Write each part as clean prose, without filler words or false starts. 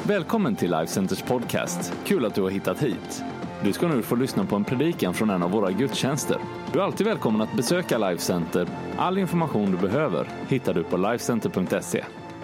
Välkommen till Life Centers podcast. Kul att du har hittat hit. Du ska nu få lyssna på en predikan från en av våra gudstjänster. Du är alltid välkommen att besöka Life Center. All information du behöver hittar du på lifecenter.se.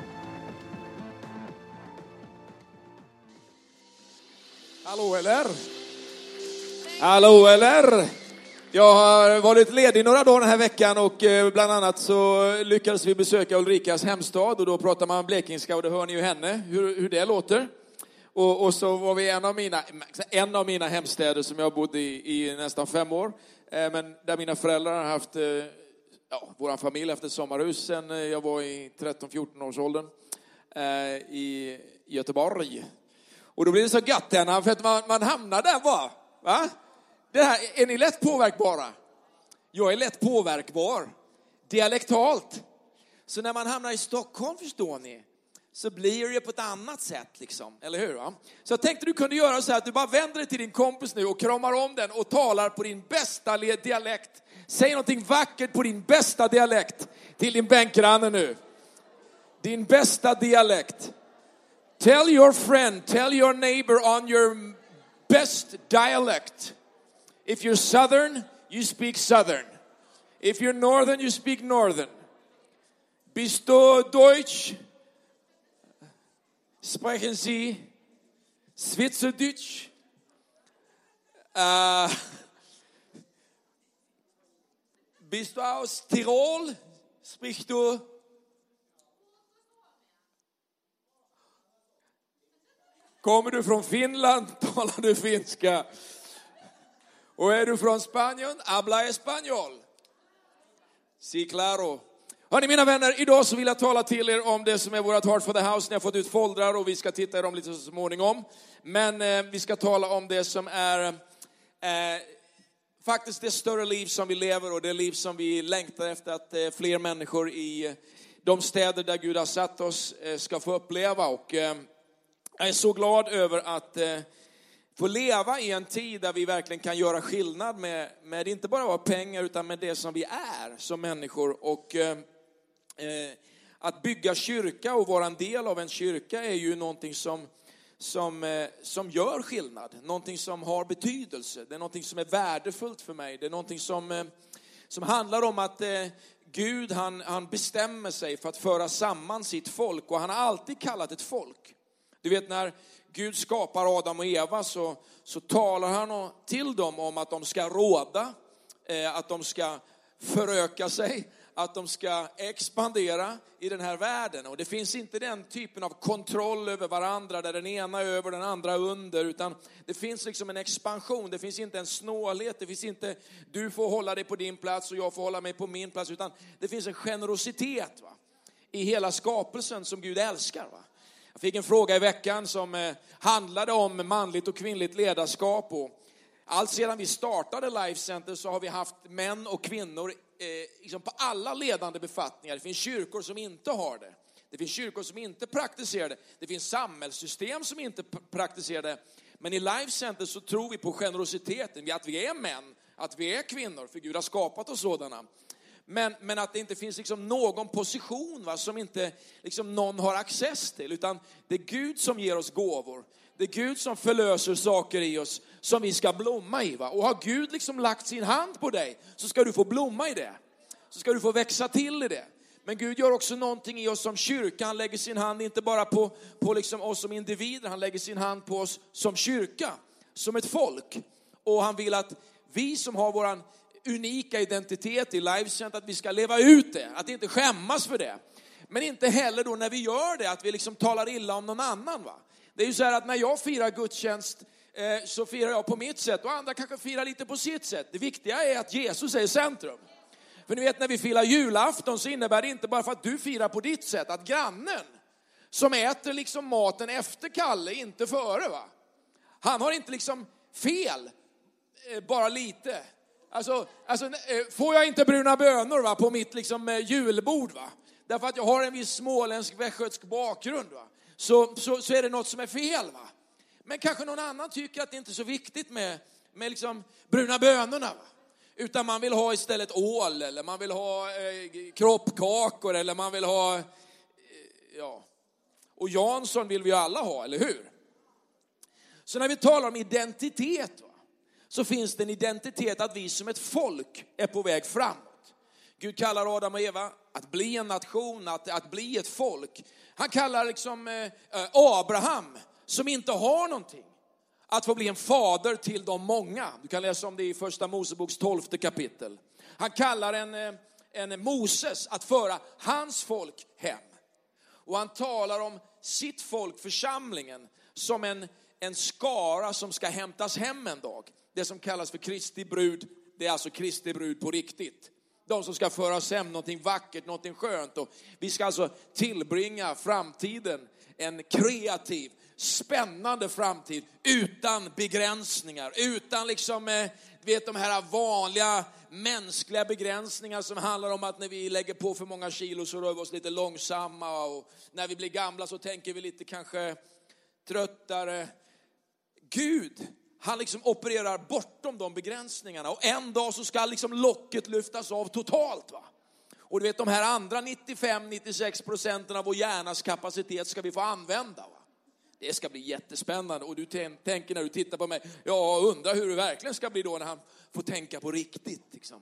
Hallå eller? Hallå eller? Jag har varit ledig några dagar den här veckan och bland annat så lyckades vi besöka Ulrikas hemstad och då pratar man blekingska och det hör ni ju henne, hur det låter. Och så var vi en av mina hemstäder som jag bodde i nästan 5 år. Men där mina föräldrar har haft, vår familj haft ett sommarhus sen jag var i 13-14 års åldern i Göteborg. Och då blir det så gött henne för att man hamnar där bara, va? Det här, är ni lätt påverkbara? Jag är lätt påverkbar. Dialektalt. Så när man hamnar i Stockholm, förstår ni, så blir det på ett annat sätt liksom. Eller hur, va? Så jag tänkte du kunde göra så här att du bara vänder dig till din kompis nu och kramar om den och talar på din bästa dialekt. Säg någonting vackert på din bästa dialekt till din bänkgranne nu. Din bästa dialekt. Tell your friend, tell your neighbor on your best dialect. If you're southern, you speak southern. If you're northern, you speak northern. Bist du Deutsch? Sprechen Sie Schweizerdeutsch? Bist du aus Tirol? Sprichst du? Kommer du från Finland talar du finska. Och är du från Spanien, habla español. Sí, claro. Hörrni mina vänner, idag så vill jag tala till er om det som är vårt Heart for the House. Ni har fått ut foldrar och vi ska titta i dem lite så småningom. Men vi ska tala om det som är faktiskt det större liv som vi lever och det liv som vi längtar efter att fler människor i de städer där Gud har satt oss ska få uppleva. Och jag är så glad över att få leva i en tid där vi verkligen kan göra skillnad med inte bara våra pengar utan med det som vi är som människor. Och att bygga kyrka och vara en del av en kyrka är ju någonting som gör skillnad. Någonting som har betydelse. Det är någonting som är värdefullt för mig. Det är någonting som handlar om att Gud han bestämmer sig för att föra samman sitt folk. Och han har alltid kallat ett folk. Du vet när Gud skapar Adam och Eva så talar han till dem om att de ska råda, att de ska föröka sig, att de ska expandera i den här världen. Och det finns inte den typen av kontroll över varandra där den ena är över den andra under, utan det finns liksom en expansion. Det finns inte en snålhet, det finns inte du får hålla dig på din plats och jag får hålla mig på min plats, utan det finns en generositet, va? I hela skapelsen som Gud älskar, va? Jag fick en fråga i veckan som handlade om manligt och kvinnligt ledarskap. Och allt sedan vi startade Life Center så har vi haft män och kvinnor liksom på alla ledande befattningar. Det finns kyrkor som inte har det. Det finns kyrkor som inte praktiserar det. Det finns samhällssystem som inte praktiserar det. Men i Life Center så tror vi på generositeten. Att vi är män, att vi är kvinnor. För Gud har skapat oss sådana. Men att det inte finns liksom någon position, va, som inte liksom någon har access till. Utan det är Gud som ger oss gåvor. Det är Gud som förlöser saker i oss som vi ska blomma i. Va? Och har Gud liksom lagt sin hand på dig så ska du få blomma i det. Så ska du få växa till i det. Men Gud gör också någonting i oss som kyrka. Han lägger sin hand inte bara på liksom oss som individer. Han lägger sin hand på oss som kyrka. Som ett folk. Och han vill att vi som har våran unika identitet i Life Center, att vi ska leva ut det. Att inte skämmas för det. Men inte heller då när vi gör det, att vi liksom talar illa om någon annan, va? Det är ju så här att när jag firar gudstjänst så firar jag på mitt sätt och andra kanske firar lite på sitt sätt. Det viktiga är att Jesus är i centrum. För ni vet när vi firar julafton så innebär det inte bara för att du firar på ditt sätt att grannen som äter liksom maten efter Kalle, inte före, va? Han har inte liksom fel, bara lite. Alltså, får jag inte bruna bönor, va, på mitt liksom julbord, va? Därför att jag har en viss småländsk västgötsk bakgrund, va? Så är det något som är fel, va? Men kanske någon annan tycker att det inte är så viktigt med liksom bruna bönorna, va? Utan man vill ha istället ål, eller man vill ha kroppkakor, eller man vill ha Och Jansson vill vi ju alla ha, eller hur? Så när vi talar om identitet, så finns det en identitet att vi som ett folk är på väg framåt. Gud kallar Adam och Eva att bli en nation, att bli ett folk. Han kallar liksom Abraham, som inte har någonting, att få bli en fader till de många. Du kan läsa om det i första Moseboks 12:e kapitel. Han kallar en Moses att föra hans folk hem. Och han talar om sitt folk, församlingen, som en skara som ska hämtas hem en dag. Det som kallas för Kristi brud, det är alltså Kristi brud på riktigt. De som ska föras hem, någonting vackert, någonting skönt. Och vi ska alltså tillbringa framtiden, en kreativ, spännande framtid utan begränsningar, utan liksom de här vanliga mänskliga begränsningar som handlar om att när vi lägger på för många kilo så rör vi oss lite långsamma, och när vi blir gamla så tänker vi lite kanske tröttare. Gud, han liksom opererar bortom de begränsningarna, och en dag så ska liksom locket lyftas av totalt, va? Och du vet, de här andra 95-96% av vår hjärnas kapacitet ska vi få använda, va? Det ska bli jättespännande. Och du tänker när du tittar på mig, jag undrar hur det verkligen ska bli då när han får tänka på riktigt liksom.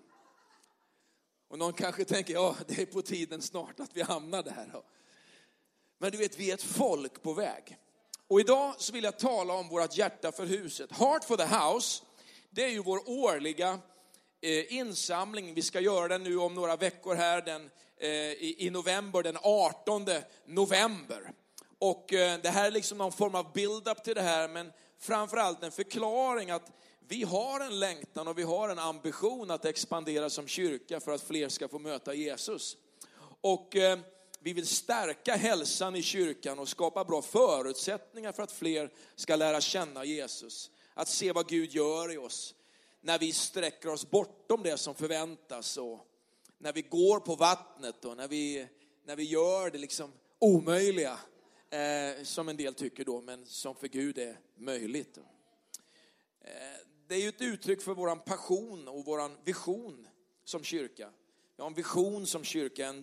Och någon kanske tänker, ja, det är på tiden snart att vi hamnar där. Men du vet, vi är ett folk på väg. Och idag så vill jag tala om vårt hjärta för huset. Heart for the House, det är ju vår årliga insamling. Vi ska göra den nu om några veckor här i november, den 18 november. Och det här är liksom någon form av build-up till det här, men framförallt en förklaring att vi har en längtan och vi har en ambition att expandera som kyrka för att fler ska få möta Jesus. Och vi vill stärka hälsan i kyrkan och skapa bra förutsättningar för att fler ska lära känna Jesus. Att se vad Gud gör i oss när vi sträcker oss bortom det som förväntas, och när vi går på vattnet, och när vi gör det liksom omöjliga. Som en del tycker då, men som för Gud är möjligt. Det är ju ett uttryck för våran passion och våran vision som kyrka. Vi har en vision som kyrka,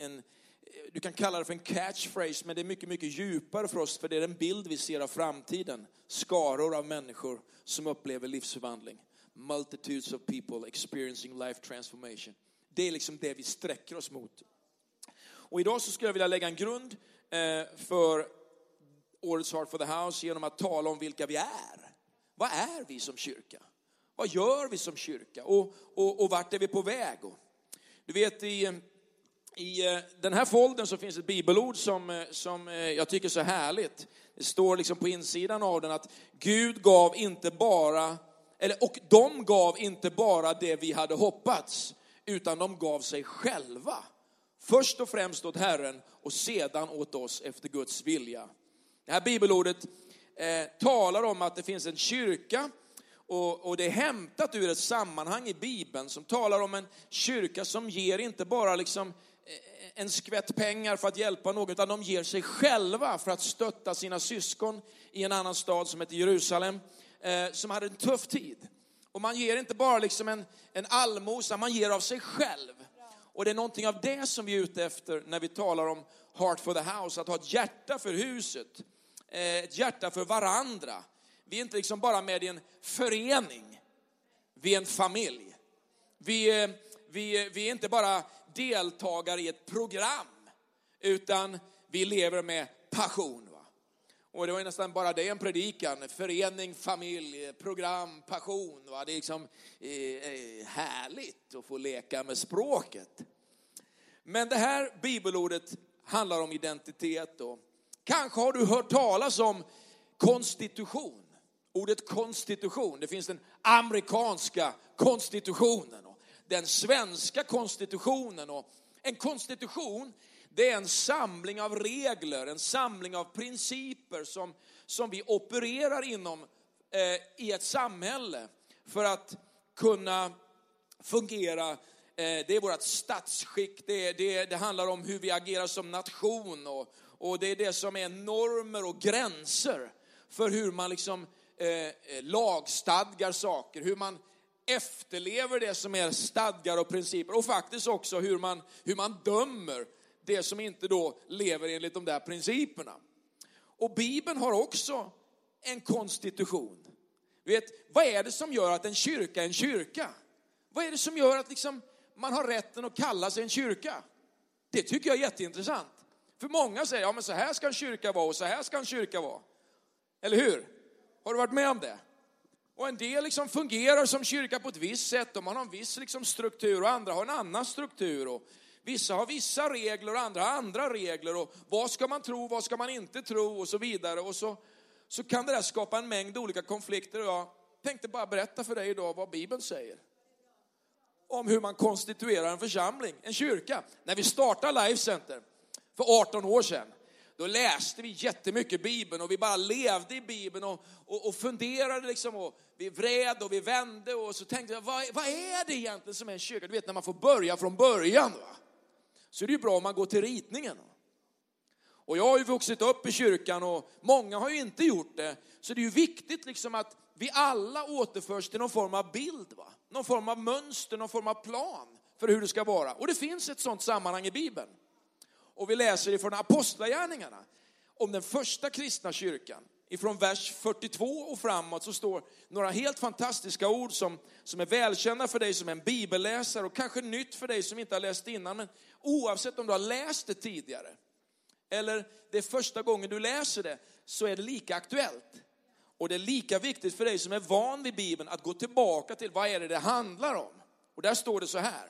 du kan kalla det för en catchphrase, men det är mycket, mycket djupare för oss, för det är en bild vi ser av framtiden. Skaror av människor som upplever livsförvandling. Multitudes of people experiencing life transformation. Det är liksom det vi sträcker oss mot. Och idag så skulle jag vilja lägga en grund för årets Heart for the House genom att tala om vilka vi är. Vad är vi som kyrka? Vad gör vi som kyrka? Och vart är vi på väg? Och du vet, i den här foldern så finns ett bibelord som jag tycker är så härligt. Det står liksom på insidan av den att Gud gav inte bara, och de gav inte bara det vi hade hoppats, utan de gav sig själva. Först och främst åt Herren och sedan åt oss efter Guds vilja. Det här bibelordet talar om att det finns en kyrka, och det är hämtat ur ett sammanhang i Bibeln som talar om en kyrka som ger inte bara liksom en skvätt pengar för att hjälpa någon, utan de ger sig själva för att stötta sina syskon i en annan stad som heter Jerusalem, som hade en tuff tid. Och man ger inte bara liksom en allmosa, man ger av sig själv. Och det är någonting av det som vi är ute efter när vi talar om Heart for the House. Att ha ett hjärta för huset. Ett hjärta för varandra. Vi är inte liksom bara med i en förening. Vi är en familj. Vi är inte bara deltagare i ett program. Utan vi lever med passion. Va? Och det var nästan bara det en predikan. Förening, familj, program, passion. Va? Det är liksom härligt att få leka med språket. Men det här bibelordet handlar om identitet. Och kanske har du hört talas om konstitution. Ordet konstitution. Det finns den amerikanska konstitutionen och den svenska konstitutionen. Och en konstitution, det är en samling av regler, en samling av principer som vi opererar inom i ett samhälle för att kunna fungera. Det är vårt statsskick, det handlar om hur vi agerar som nation, och det är det som är normer och gränser för hur man liksom lagstadgar saker, hur man efterlever det som är stadgar och principer, och faktiskt också hur man dömer det som inte då lever enligt de där principerna. Och Bibeln har också en konstitution. Vet, vad är det som gör att en kyrka är en kyrka? Vad är det som gör att liksom man har rätten att kalla sig en kyrka? Det tycker jag är jätteintressant. För många säger, ja men så här ska en kyrka vara och så här ska en kyrka vara. Eller hur? Har du varit med om det? Och en del liksom fungerar som kyrka på ett visst sätt och man har en viss liksom struktur och andra har en annan struktur. Och vissa har vissa regler och andra har andra regler. Och vad ska man tro, vad ska man inte tro och så vidare. Och så kan det där skapa en mängd olika konflikter. Och jag tänkte bara berätta för dig idag vad Bibeln säger. Om hur man konstituerar en församling, en kyrka. När vi startade Life Center för 18 år sedan. Då läste vi jättemycket Bibeln och vi bara levde i Bibeln och funderade liksom. Och vi vred och vi vände och så tänkte jag, vad är det egentligen som är en kyrka? Du vet när man får börja från början, va? Så är det ju bra om man går till ritningen. Och jag har ju vuxit upp i kyrkan och många har ju inte gjort det. Så det är ju viktigt liksom att vi alla återförs till någon form av bild, va? Någon form av mönster, någon form av plan för hur det ska vara. Och det finns ett sånt sammanhang i Bibeln. Och vi läser ifrån Apostlagärningarna om den första kristna kyrkan. Ifrån vers 42 och framåt så står några helt fantastiska ord som är välkända för dig som är en bibelläsare och kanske nytt för dig som inte har läst innan. Men oavsett om du har läst det tidigare eller det är första gången du läser det så är det lika aktuellt. Och det är lika viktigt för dig som är van vid Bibeln att gå tillbaka till vad är det handlar om. Och där står det så här.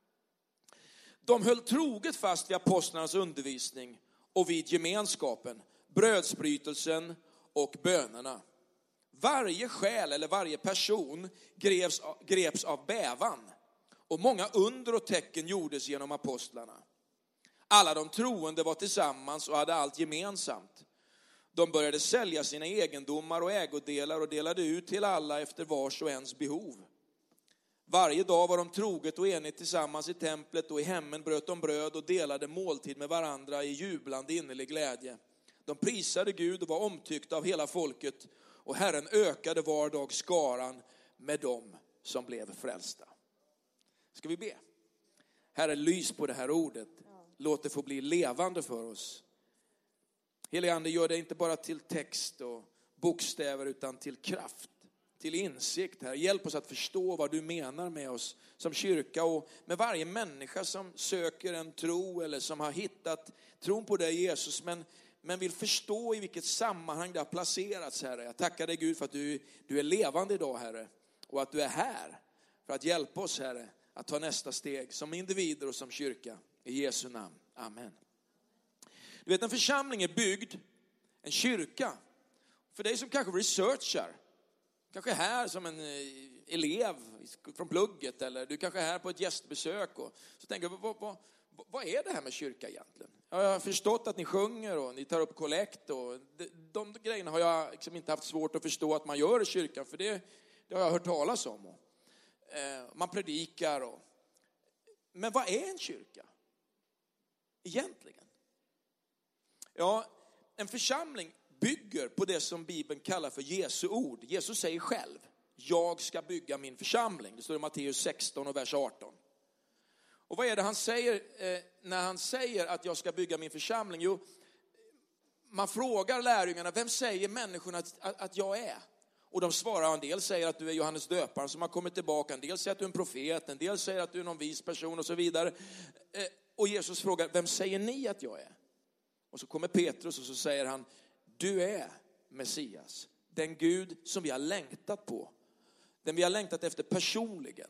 De höll troget fast vid apostlarnas undervisning och vid gemenskapen, brödsbrytelsen och bönerna. Varje själ eller varje person greps av bävan och många under och tecken gjordes genom apostlarna. Alla de troende var tillsammans och hade allt gemensamt. De började sälja sina egendomar och ägodelar och delade ut till alla efter vars och ens behov. Varje dag var de troget och enigt tillsammans i templet och i hemmen bröt de bröd och delade måltid med varandra i jublande innerlig glädje. De prisade Gud och var omtyckta av hela folket och Herren ökade var dag skaran med dem som blev frälsta. Ska vi be? Herre, lys på det här ordet. Låt det få bli levande för oss. Helige Ande, gör det inte bara till text och bokstäver utan till kraft. Till insikt här. Hjälp oss att förstå vad du menar med oss som kyrka och med varje människa som söker en tro eller som har hittat tron på dig Jesus men vill förstå i vilket sammanhang det har placerats, Herre. Jag tackar dig Gud för att du är levande idag, Herre, och att du är här för att hjälpa oss, Herre, att ta nästa steg som individer och som kyrka. I Jesu namn. Amen. Du vet, en församling är byggd, en kyrka, för dig som kanske researchar. Kanske är här som en elev från plugget eller du kanske är här på ett gästbesök och så tänker jag, vad är det här med kyrka egentligen? Jag har förstått att ni sjunger och ni tar upp kollekt och de grejerna har jag liksom inte haft svårt att förstå att man gör i kyrkan, för det har jag hört talas om. Och, man predikar men vad är en kyrka egentligen? Ja, en församling bygger på det som Bibeln kallar för Jesu ord. Jesus säger själv, jag ska bygga min församling. Det står i Matteus 16 och vers 18. Och vad är det han säger när han säger att jag ska bygga min församling? Jo, man frågar lärjungarna, vem säger människorna att jag är? Och de svarar, en del säger att du är Johannes döparen som har kommit tillbaka. En del säger att du är en profet, en del säger att du är någon vis person och så vidare. Och Jesus frågar, vem säger ni att jag är? Och så kommer Petrus och så säger han, du är Messias, den Gud som vi har längtat på. Den vi har längtat efter personligen.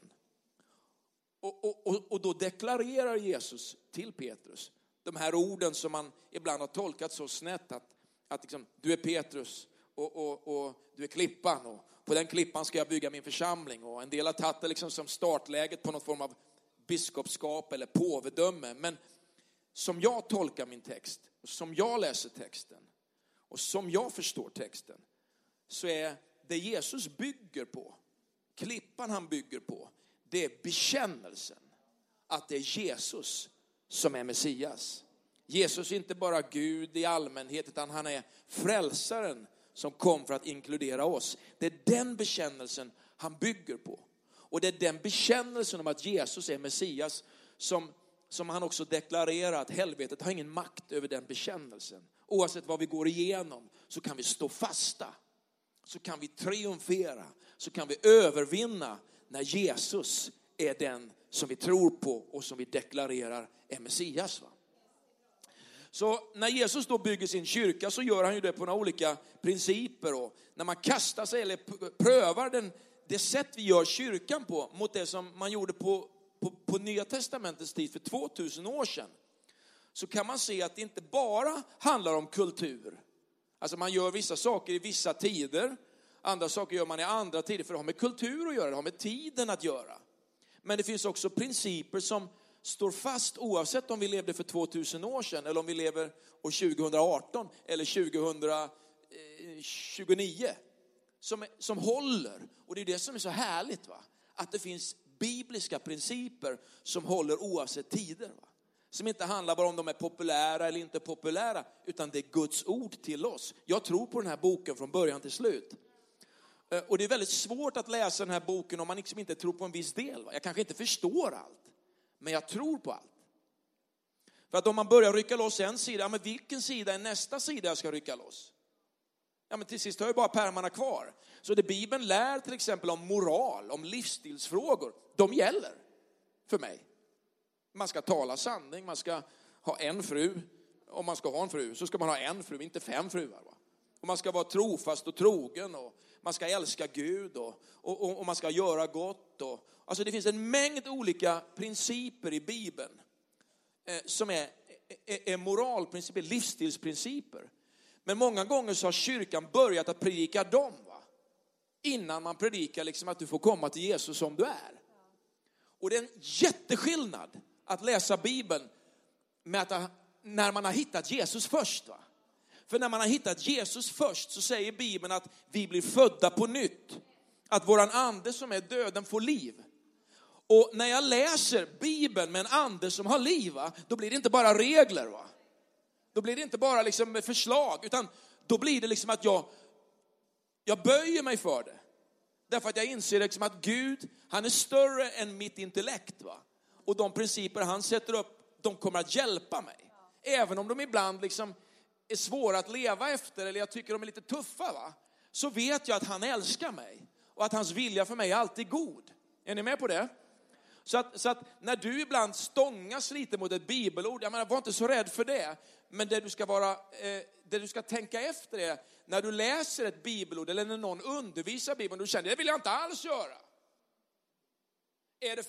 Och då deklarerar Jesus till Petrus de här orden som man ibland har tolkat så snett att liksom, du är Petrus och du är klippan och på den klippan ska jag bygga min församling. Och en del har tagit det liksom som startläget på någon form av biskopskap eller påvedöme. Men som jag tolkar min text och som jag läser texten och som jag förstår texten, så är det Jesus bygger på, klippan han bygger på, det är bekännelsen att det är Jesus som är Messias. Jesus är inte bara Gud i allmänhet, utan han är frälsaren som kom för att inkludera oss. Det är den bekännelsen han bygger på. Och det är den bekännelsen om att Jesus är Messias som han också deklarerar att helvetet har ingen makt över den bekännelsen. Oavsett vad vi går igenom så kan vi stå fasta. Så kan vi triumfera. Så kan vi övervinna när Jesus är den som vi tror på och som vi deklarerar är Messias. Va? Så när Jesus då bygger sin kyrka så gör han ju det på några olika principer. Och när man kastar sig eller prövar det sätt vi gör kyrkan på mot det som man gjorde på Nya testamentets tid för 2000 år sedan, så kan man se att det inte bara handlar om kultur. Alltså man gör vissa saker i vissa tider, andra saker gör man i andra tider, för det har med kultur att göra, det har med tiden att göra. Men det finns också principer som står fast oavsett om vi levde för 2000 år sedan eller om vi lever år 2018 eller 2029 som håller. Och det är det som är så härligt, va? Att det finns bibliska principer som håller oavsett tider, va? Som inte handlar bara om de är populära eller inte populära, utan det är Guds ord till oss. Jag tror på den här boken från början till slut. Och det är väldigt svårt att läsa den här boken om man liksom inte tror på en viss del, va? Jag kanske inte förstår allt, men jag tror på allt. För att om man börjar rycka loss en sida, men vilken sida är nästa sida jag ska rycka loss? Ja, men till sist har jag bara pärmarna kvar. Så det Bibeln lär till exempel om moral, om livsstilsfrågor, de gäller för mig. Man ska tala sanning, man ska ha en fru. Om man ska ha en fru så ska man ha en fru, inte 5 fruar. Va? Och man ska vara trofast och trogen och man ska älska Gud och man ska göra gott. Alltså det finns en mängd olika principer i Bibeln som är moralprinciper, livsstilsprinciper. Men många gånger så har kyrkan börjat att predika dem, va? Innan man predikar liksom att du får komma till Jesus som du är. Och det är en jätteskillnad att läsa Bibeln med när man har hittat Jesus först, va? För när man har hittat Jesus först så säger Bibeln att vi blir födda på nytt. Att våran ande som är döden får liv. Och när jag läser Bibeln med en ande som har liv, va? Då blir det inte bara regler, va? Då blir det inte bara liksom förslag, utan då blir det liksom att jag böjer mig för det. Därför att jag inser liksom att Gud, han är större än mitt intellekt, va? Och de principer han sätter upp, de kommer att hjälpa mig. Även om de ibland liksom är svåra att leva efter eller jag tycker de är lite tuffa, va? Så vet jag att han älskar mig och att hans vilja för mig är alltid god. Är ni med på det? Så att när du ibland stångas lite mot ett bibelord, jag menar, var inte så rädd för det. Men det du ska tänka efter är, när du läser ett bibelord eller när någon undervisar Bibeln, du känner, det vill jag inte alls göra. Är det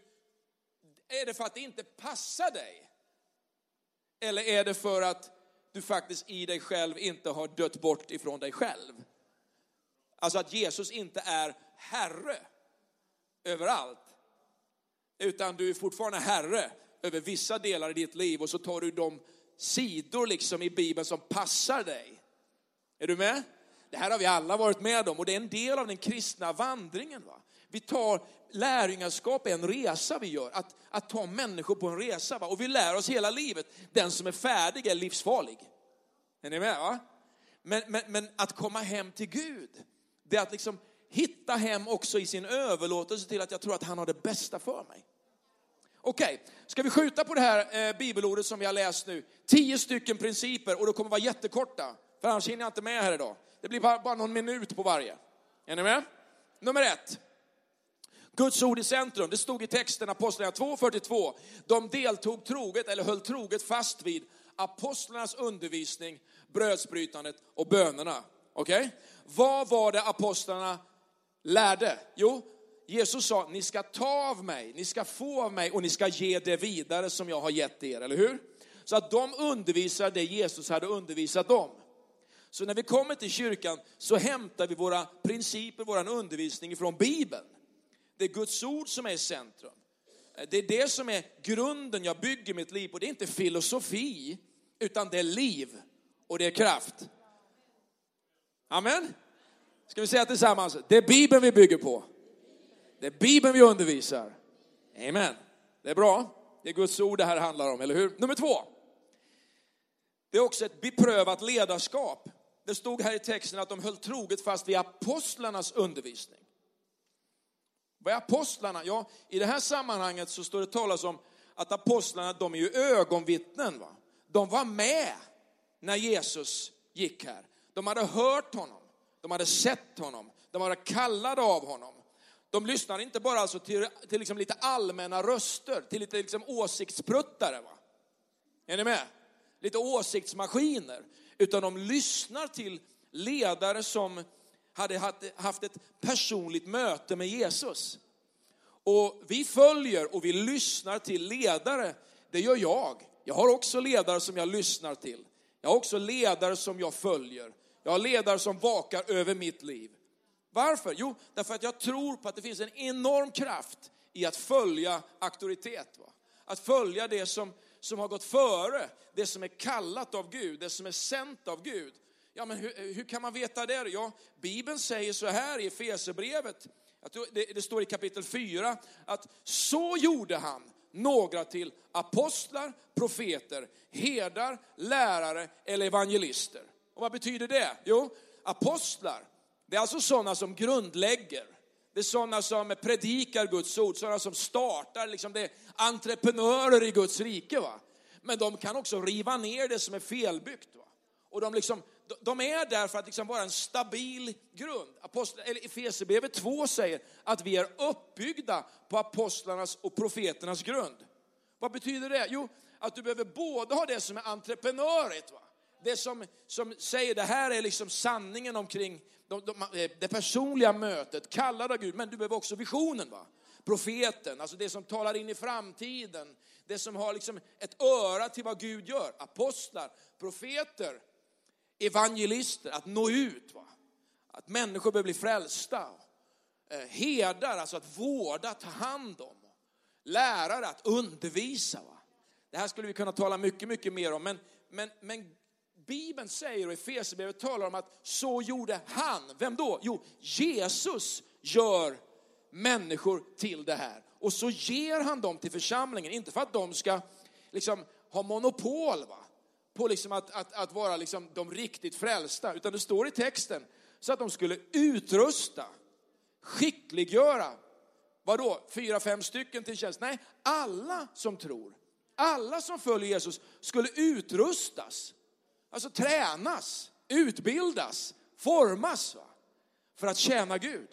för att det inte passar dig? Eller är det för att du faktiskt i dig själv inte har dött bort ifrån dig själv? Alltså att Jesus inte är herre överallt. Utan du är fortfarande herre över vissa delar i ditt liv. Och så tar du de sidor liksom i Bibeln som passar dig. Är du med? Det här har vi alla varit med om. Och det är en del av den kristna vandringen, va? Vi tar lärjungaskap, en resa vi gör. Att ta människor på en resa, va? Och vi lär oss hela livet. Den som är färdig är livsfarlig. Är ni med, va? Men att komma hem till Gud, det är att liksom hitta hem också i sin överlåtelse till att jag tror att han har det bästa för mig. Okej, ska vi skjuta på det här bibelordet som vi har läst nu? 10 stycken principer, och det kommer vara jättekorta. För annars hinner jag inte med här idag. Det blir bara någon minut på varje. Är ni med? Nummer 1. Guds ord i centrum. Det stod i texten Apostlagärningarna 2:42. De deltog troget eller höll troget fast vid apostlarnas undervisning, brödsbrytandet och bönerna. Okej? Vad var det apostlarna lärde? Jo, Jesus sa, ni ska ta av mig, ni ska få av mig och ni ska ge det vidare som jag har gett er, eller hur? Så att de undervisar det Jesus hade undervisat dem. Så när vi kommer till kyrkan så hämtar vi våra principer, våran undervisning från Bibeln. Det är Guds ord som är i centrum. Det är det som är grunden jag bygger mitt liv på. Det är inte filosofi, utan det är liv och det är kraft. Amen. Ska vi säga tillsammans, det är Bibeln vi bygger på. Det är Bibeln vi undervisar. Amen. Det är bra. Det är Guds ord det här handlar om, eller hur? Nummer 2. Det är också ett beprövat ledarskap. Det stod här i texten att de höll troget fast vid apostlarnas undervisning. Vad är apostlarna? Ja, i det här sammanhanget så står det talas om att apostlarna, de är ju ögonvittnen, va? De var med när Jesus gick här. De hade hört honom. De hade sett honom. De var kallade av honom. De lyssnade inte bara alltså till liksom lite allmänna röster, till lite liksom åsiktspruttare. Va? Är ni med? Lite åsiktsmaskiner. Utan de lyssnar till ledare som hade haft ett personligt möte med Jesus. Och vi följer och vi lyssnar till ledare. Det gör jag. Jag har också ledare som jag lyssnar till. Jag har också ledare som jag följer. Jag har ledare som vakar över mitt liv. Varför? Jo, därför att jag tror på att det finns en enorm kraft i att följa auktoritet. Va? Att följa det som har gått före. Det som är kallat av Gud. Det som är sänt av Gud. Ja, men hur kan man veta det? Ja, Bibeln säger så här i Efesierbrevet. Det står i kapitel 4 att så gjorde han några till apostlar, profeter, herdar, lärare eller evangelister. Och vad betyder det? Jo, apostlar, det är alltså sådana som grundlägger. Det är sådana som predikar Guds ord, sådana som startar, liksom det är entreprenörer i Guds rike. Va? Men de kan också riva ner det som är felbyggt. Va? Och de är där för att liksom vara en stabil grund. Efesierbrevet 2 säger att vi är uppbyggda på apostlarnas och profeternas grund. Vad betyder det? Jo, att du behöver både ha det som är entreprenörigt. Va? Det som säger det här är liksom sanningen omkring det personliga mötet, kallad av Gud. Men du behöver också visionen. Va? Profeten, alltså det som talar in i framtiden. Det som har liksom ett öra till vad Gud gör. Apostlar, profeter, evangelister, att nå ut. Va? Att människor behöver bli frälsta. Herdar, alltså att vårda, ta hand om. Lärare, att undervisa. Va? Det här skulle vi kunna tala mycket, mycket mer om. Men Bibeln säger, och Efesierbrevet talar om att så gjorde han. Vem då? Jo, Jesus gör människor till det här. Och så ger han dem till församlingen. Inte för att de ska liksom ha monopol, va? På liksom att vara liksom de riktigt frälsta. Utan det står i texten så att de skulle utrusta, skickliggöra. Vadå? 4-5 stycken till tjänst? Nej, alla som tror. Alla som följer Jesus skulle utrustas. Alltså tränas, utbildas, formas, va? För att tjäna Gud.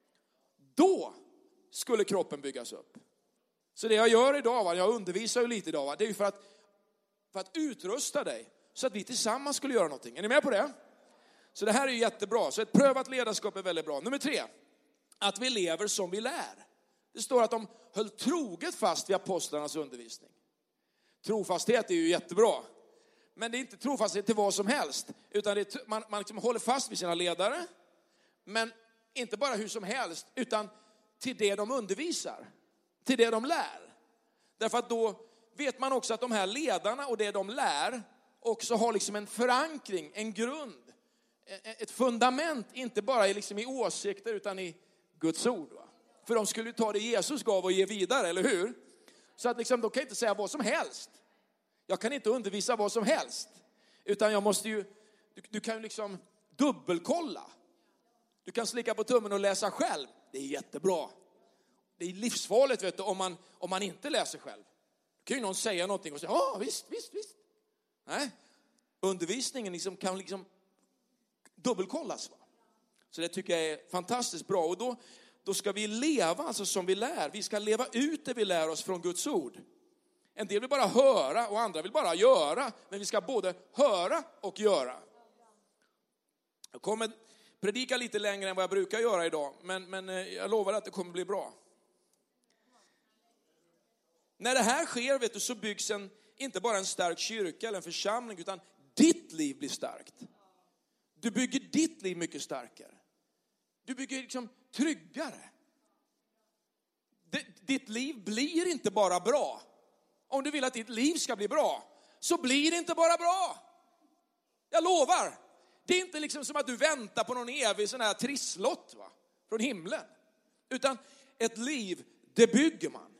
Då skulle kroppen byggas upp. Så det jag gör idag, va? Jag undervisar ju lite idag, va? Det är ju för att utrusta dig så att vi tillsammans skulle göra någonting. Är ni med på det? Så det här är ju jättebra. Så ett prövat ledarskap är väldigt bra. Nummer 3. Att vi lever som vi lär. Det står att de höll troget fast vid apostlarnas undervisning. Trofasthet är ju jättebra. Men det är inte trofasthet till vad som helst. Utan det är, man liksom håller fast vid sina ledare. Men inte bara hur som helst. Utan till det de undervisar. Till det de lär. Därför att då vet man också att de här ledarna och det de lär också har liksom en förankring, en grund. Ett fundament, inte bara liksom i åsikter utan i Guds ord. Va? För de skulle ju ta det Jesus gav och ge vidare, eller hur? Så att liksom, de kan inte säga vad som helst. Jag kan inte undervisa vad som helst. Utan jag måste ju, du kan ju liksom dubbelkolla. Du kan slicka på tummen och läsa själv. Det är jättebra. Det är livsfarligt, vet du, om man inte läser själv. Då kan ju någon säga någonting och säga, ja visst. Nej, undervisningen liksom kan liksom dubbelkollas. Va? Så det tycker jag är fantastiskt bra. Och då ska vi leva alltså som vi lär. Vi ska leva ut det vi lär oss från Guds ord. En del vill bara höra och andra vill bara göra. Men vi ska både höra och göra. Jag kommer predika lite längre än vad jag brukar göra idag. Men jag lovar att det kommer bli bra. När det här sker, vet du, så byggs inte bara en stark kyrka eller en församling, utan ditt liv blir starkt. Du bygger ditt liv mycket starkare. Du bygger liksom tryggare. Ditt liv blir inte bara bra. Om du vill att ditt liv ska bli bra, så blir det inte bara bra. Jag lovar. Det är inte liksom som att du väntar på någon evig sån här trisslott, va? Från himlen. Utan ett liv, det bygger man.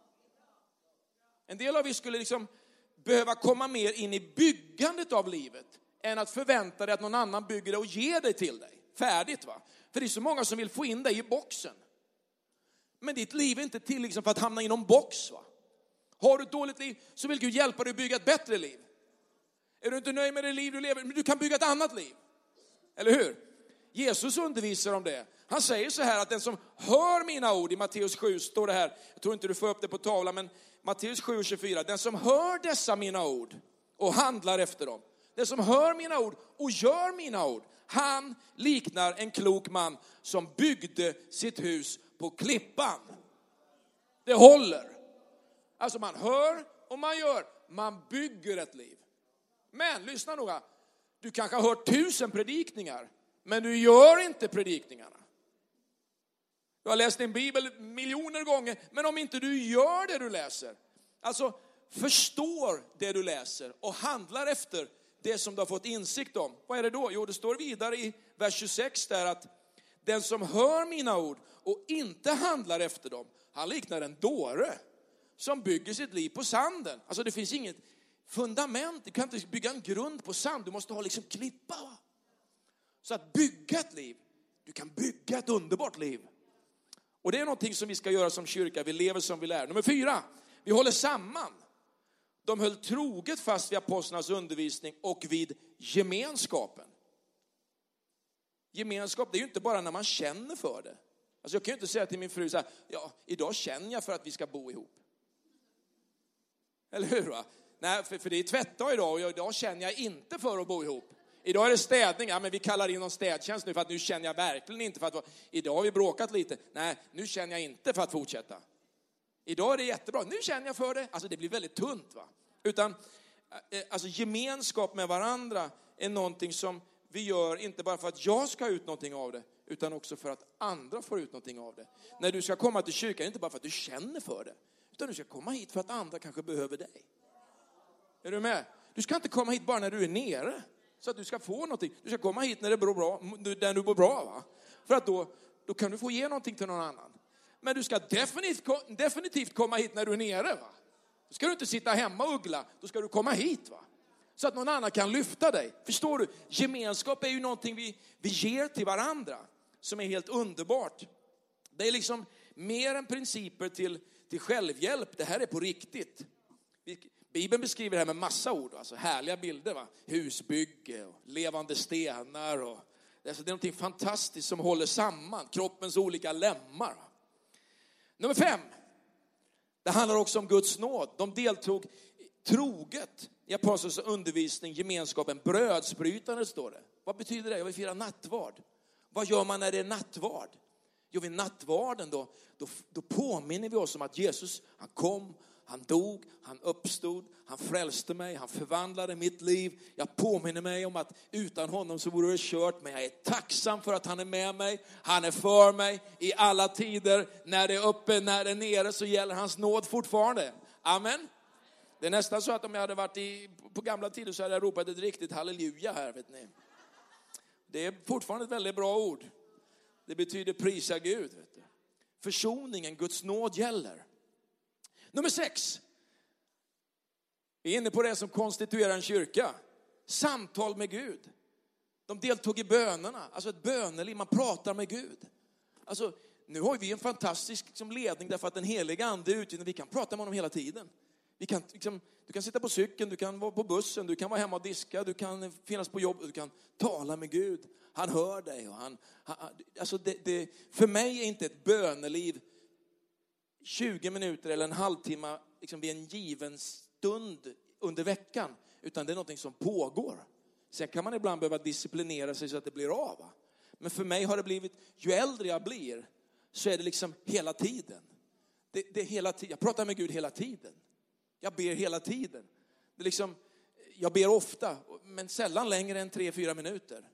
En del av er skulle liksom behöva komma mer in i byggandet av livet än att förvänta dig att någon annan bygger det och ger det till dig. Färdigt, va? För det är så många som vill få in dig i boxen. Men ditt liv är inte till liksom för att hamna i någon box, va? Har du ett dåligt liv så vill Gud hjälpa dig att bygga ett bättre liv. Är du inte nöjd med det liv du lever? Men du kan bygga ett annat liv. Eller hur? Jesus undervisar om det. Han säger så här att den som hör mina ord, i Matteus 7 står det här. Jag tror inte du får upp det på tavlan, men Matteus 7:24. Den som hör dessa mina ord och handlar efter dem. Den som hör mina ord och gör mina ord. Han liknar en klok man som byggde sitt hus på klippan. Det håller. Alltså man hör och man gör. Man bygger ett liv. Men lyssna noga. Du kanske har hört 1000 predikningar. Men du gör inte predikningarna. Du har läst din bibel miljoner gånger. Men om inte du gör det du läser. Alltså förstår det du läser. Och handlar efter det som du har fått insikt om. Vad är det då? Jo, det står vidare i vers 26 där att den som hör mina ord och inte handlar efter dem. Han liknar en dåre som bygger sitt liv på sanden. Alltså det finns inget fundament. Du kan inte bygga en grund på sand. Du måste ha liksom klippa. Va? Så att bygga ett liv. Du kan bygga ett underbart liv. Och det är någonting som vi ska göra som kyrka. Vi lever som vi lär. Nummer 4. Vi håller samman. De höll troget fast vid apostlarnas undervisning och vid gemenskapen. Gemenskap, det är ju inte bara när man känner för det. Alltså jag kan ju inte säga till min fru så här, ja, idag känner jag för att vi ska bo ihop. Eller hur va? Nej, för det är tvättdag idag och idag känner jag inte för att bo ihop. Idag är det städning, ja men vi kallar in någon städtjänst nu för att nu känner jag verkligen inte för att, idag har vi bråkat lite. Nej, nu känner jag inte för att fortsätta. Idag är det jättebra, nu känner jag för det. Alltså det blir väldigt tunt va. Utan, alltså gemenskap med varandra är någonting som vi gör inte bara för att jag ska ha ut någonting av det. Utan också för att andra får ut någonting av det. När du ska komma till kyrkan, inte bara för att du känner för det. Utan du ska komma hit för att andra kanske behöver dig. Är du med? Du ska inte komma hit bara när du är nere. Så att du ska få någonting. Du ska komma hit när det bor bra, när du bor bra va. För att då kan du få ge någonting till någon annan. Men du ska definitivt komma hit när du är nere va. Då ska du inte sitta hemma och uggla. Då ska du komma hit va. Så att någon annan kan lyfta dig. Förstår du? Gemenskap är ju någonting vi ger till varandra. Som är helt underbart. Det är liksom mer än principer till självhjälp. Det här är på riktigt. Bibeln beskriver det här med massa ord. Alltså härliga bilder va. Husbygge och levande stenar. Och, det är någonting fantastiskt som håller samman kroppens olika lemmar. Nummer 5. Det handlar också om Guds nåd. De deltog troget i apostlens undervisning, gemenskapen, brödsbrytande står det. Vad betyder det? Jag vill fira nattvard. Vad gör man när det är nattvard? Jo, vid nattvarden då påminner vi oss om att Jesus, han kom, han dog, han uppstod, han frälste mig, han förvandlade mitt liv. Jag påminner mig om att utan honom så vore det kört, men jag är tacksam för att han är med mig. Han är för mig i alla tider. När det är uppe, när det är nere så gäller hans nåd fortfarande. Amen. Det är nästan så att om jag hade varit på gamla tider så hade jag ropat ett riktigt halleluja här, vet ni. Det är fortfarande ett väldigt bra ord. Det betyder prisa Gud, vet du. Försoningen, Guds nåd gäller. Nummer 6. Vi är inne på det som konstituerar en kyrka. Samtal med Gud. De deltog i bönerna. Alltså ett böneliv, man pratar med Gud. Alltså nu har vi en fantastisk ledning därför att den heliga ande är ute. Vi kan prata med honom hela tiden. Vi kan, du kan sitta på cykeln, du kan vara på bussen, du kan vara hemma och diska, du kan finnas på jobb, du kan tala med Gud. Han hör dig. Och alltså för mig är inte ett böneliv 20 minuter eller en halvtimme liksom vid en given stund under veckan. Utan det är någonting som pågår. Sen kan man ibland behöva disciplinera sig så att det blir av. Men för mig har det blivit, ju äldre jag blir så är det liksom hela tiden. Det är hela tiden. Jag pratar med Gud hela tiden. Jag ber hela tiden. Det är liksom, jag ber ofta, men sällan längre än 3-4 minuter.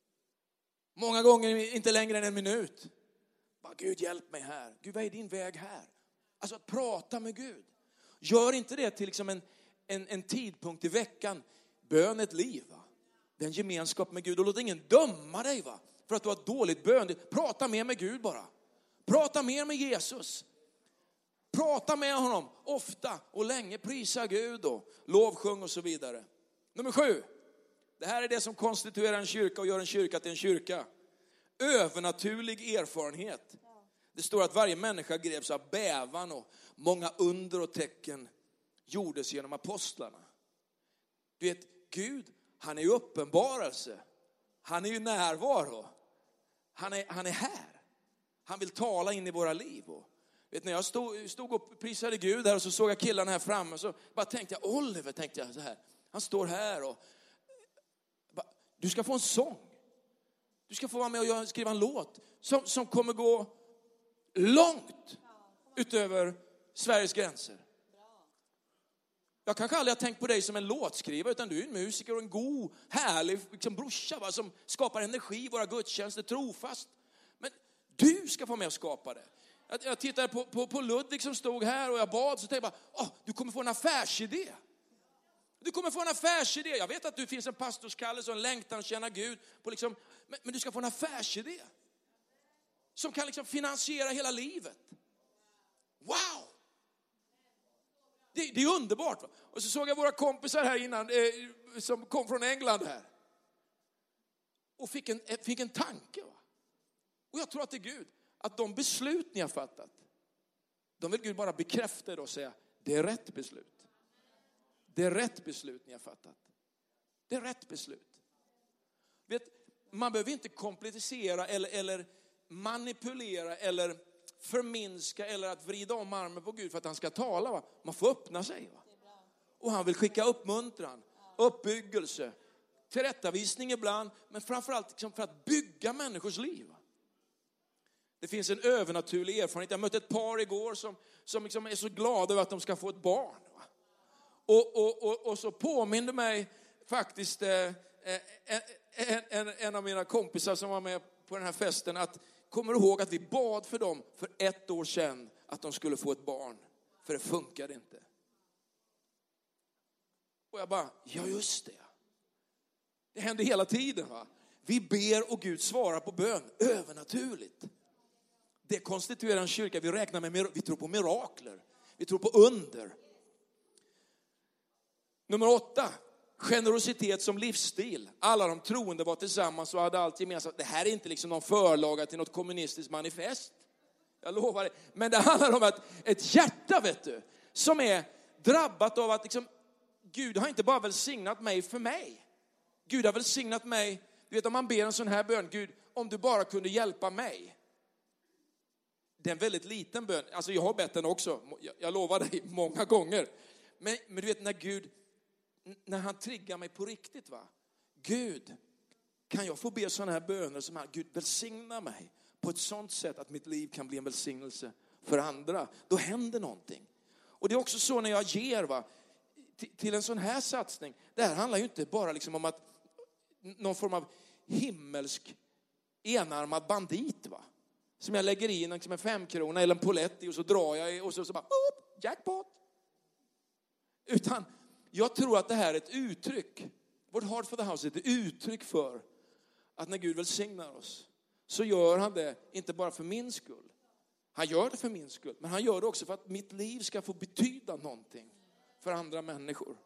Många gånger inte längre än 1 minut. Bara, Gud hjälp mig här. Gud, vad är din väg här? Alltså att prata med Gud. Gör inte det till liksom en tidpunkt i veckan. Bön ett liv va. Det är en gemenskap med Gud. Och låt ingen döma dig va. För att du har ett dåligt bön. Prata mer med Gud bara. Prata mer med Jesus. Prata med honom ofta och länge, prisa Gud och lovsjung och så vidare. Nummer 7. Det här är det som konstituerar en kyrka och gör en kyrka till en kyrka. Övernaturlig erfarenhet. Det står att varje människa greps av bävan och många under och tecken gjordes genom apostlarna. Du vet, Gud, han är ju uppenbarelse. Han är ju närvaro. Han är här. Han vill tala in i våra liv. Och vet, när jag stod och prisade Gud här och så såg jag killarna här framme, så bara tänkte jag, Oliver, tänkte jag så här. Han står här och du ska få en sång. Du ska få vara med och skriva en låt som kommer gå långt utöver Sveriges gränser. Jag kanske aldrig har tänkt på dig som en låtskrivare, utan du är en musiker och en god, härlig liksom brorsa, va, som skapar energi i våra gudstjänster, trofast. Men du ska få med och skapa det. Jag tittade på Ludvig som stod här och jag bad, så tänkte jag bara, du kommer få en affärsidé. Du kommer få en affärsidé. Jag vet att du finns en pastorskallelse och en längtan att känna Gud på liksom, men du ska få en affärsidé som kan liksom finansiera hela livet. Wow! Det är underbart. Va? Och så såg jag våra kompisar här innan som kom från England här. Och fick en tanke. Va? Och jag tror att det är Gud. Att de beslut ni har fattat, de vill Gud bara bekräfta det och säga, det är rätt beslut. Det är rätt beslut ni har fattat. Det är rätt beslut. Vet, man behöver inte komplicera eller manipulera eller förminska eller att vrida om armen på Gud för att han ska tala. Va? Man får öppna sig. Va? Och han vill skicka uppmuntran, uppbyggelse, tillrättavisning ibland, men framförallt liksom för att bygga människors liv. Va? Det finns en övernaturlig erfarenhet. Jag mötte ett par igår som liksom är så glada över att de ska få ett barn. Va? Och så påminner mig faktiskt en av mina kompisar som var med på den här festen att kommer du ihåg att vi bad för dem för 1 år sedan att de skulle få ett barn. För det funkade inte. Och jag bara, ja just det. Det händer hela tiden. Va? Vi ber och Gud svarar på bön. Övernaturligt. Det konstituerar en kyrka. Vi tror på mirakler. Vi tror på under. Nummer 8. Generositet som livsstil. Alla de troende var tillsammans och hade allt gemensamt. Det här är inte liksom någon förlaga till något kommunistiskt manifest. Jag lovar det. Men det handlar om att ett hjärta, vet du, som är drabbat av att liksom, Gud har inte bara välsignat mig för mig. Gud har välsignat mig. Du vet, om man ber en sån här bön, Gud, om du bara kunde hjälpa mig. Det är en väldigt liten bön. Alltså jag har bett den också. Jag lovar dig många gånger. Men du vet, när han triggar mig på riktigt, va? Gud, kan jag få be sådana här böner som här, Gud välsigna mig på ett sånt sätt att mitt liv kan bli en välsignelse för andra. Då händer någonting. Och det är också så när jag ger, va, till en sån här satsning. Det här handlar ju inte bara liksom om att någon form av himmelsk enarmad bandit, va? Som jag lägger in liksom en 5-krona eller en polett i och så drar jag i och så bara jackpot. Utan jag tror att det här är ett uttryck. Vårt Heart for the House är ett uttryck för att när Gud välsignar oss så gör han det inte bara för min skull. Han gör det för min skull, men han gör det också för att mitt liv ska få betyda någonting för andra människor.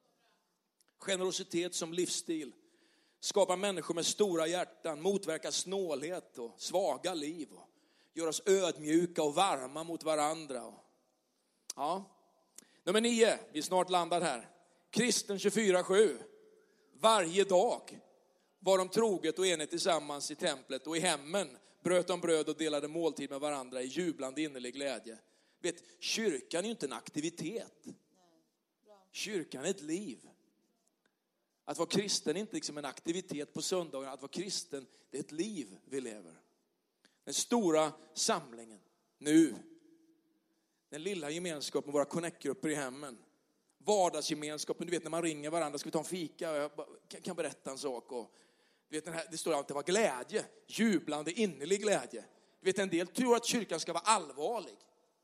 Generositet som livsstil skapar människor med stora hjärtan, motverkar snålhet och svaga liv och gör oss ödmjuka och varma mot varandra. Ja. Nummer 9, vi är snart landar här. Kristen 24/7. Varje dag var de troget och enigt tillsammans i templet och i hemmen bröt de bröd och delade måltid med varandra i jublande innerlig glädje. Vet, kyrkan är ju inte en aktivitet. Kyrkan är ett liv. Att vara kristen är inte liksom en aktivitet på söndagen. Att vara kristen, det är ett liv vi lever. Den stora samlingen nu. Den lilla gemenskapen, våra connect-grupper i hemmen. Vardagsgemenskapen, du vet när man ringer varandra, ska vi ta en fika? Och jag kan berätta en sak. Och, du vet, det står att det var glädje, jublande, innerlig glädje. Du vet, en del tror att kyrkan ska vara allvarlig.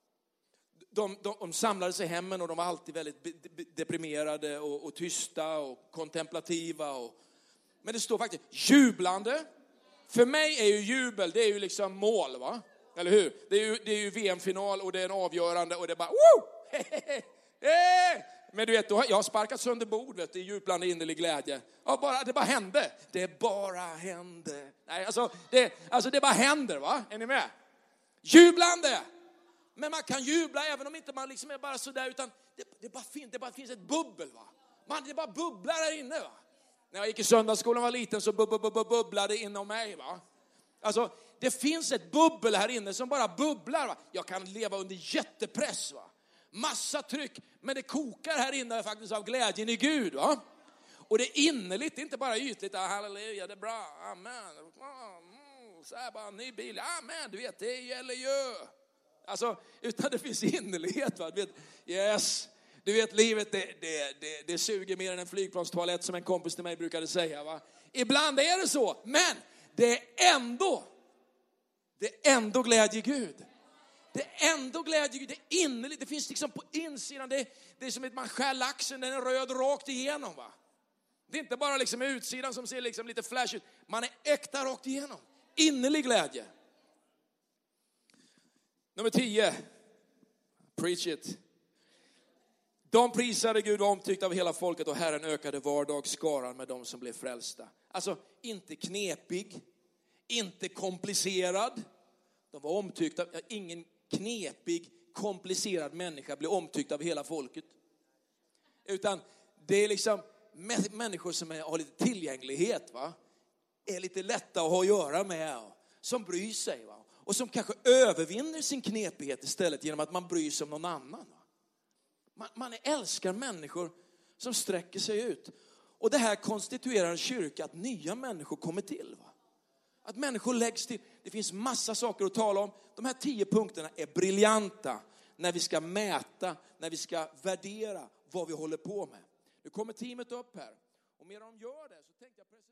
De samlade sig hemmen och de var alltid väldigt deprimerade och tysta och kontemplativa. Men det står faktiskt jublande. För mig är ju jubel, det är ju liksom mål, va? Eller hur? Det är ju VM-final och det är en avgörande och det är bara woo! Men du vet, jag har sparkat sönder bord, vet du, i jublande innerlig glädje. Ja, det bara hände. Det bara hände. Nej, det bara händer, va? Är ni med? Jublande! Men man kan jubla även om inte man liksom är bara sådär, utan det bara finns ett bubbel, va? Man, det bara bubblar här inne, va. När jag gick i söndagsskolan var liten så bubblade inom mig, va. Alltså, det finns ett bubbel här inne som bara bubblar, va. Jag kan leva under jättepress, va. Massa tryck, men det kokar här inne faktiskt av glädjen i Gud, va. Och det är innerligt, det är inte bara ytligt. Halleluja, det är bra, amen. Så här bara, ny bil, amen, du vet, det gäller ju. Alltså, utan det finns innerlighet, va. Du vet, yes. Du vet, livet det suger mer än en flygplanstoalett, som en kompis till mig brukade säga, va. Ibland är det så, men det är ändå glädje i Gud. Det är ändå glädje i Gud, det är innerligt. Det finns liksom på insidan, det är som att man skär laxen, den är röd rakt igenom, va. Det är inte bara liksom utsidan som ser liksom lite flash ut. Man är äkta rakt igenom. Innerlig glädje. Nummer 10. Preach it. De prisade Gud och omtyckte av hela folket, och Herren ökade vardagsskaran med de som blev frälsta. Alltså inte knepig, inte komplicerad. De var omtyckta. Ingen knepig, komplicerad människa blir omtyckt av hela folket. Utan det är liksom människor som har lite tillgänglighet, va? Är lite lätta att ha att göra med, som bryr sig, va? Och som kanske övervinner sin knepighet istället genom att man bryr sig om någon annan, va? Man älskar människor som sträcker sig ut. Och det här konstituerar en kyrka, att nya människor kommer till, va? Att människor läggs till. Det finns massa saker att tala om. De här 10 punkterna är briljanta när vi ska mäta, när vi ska värdera vad vi håller på med. Nu kommer teamet upp här. Och medan de gör det så tänkte jag presentera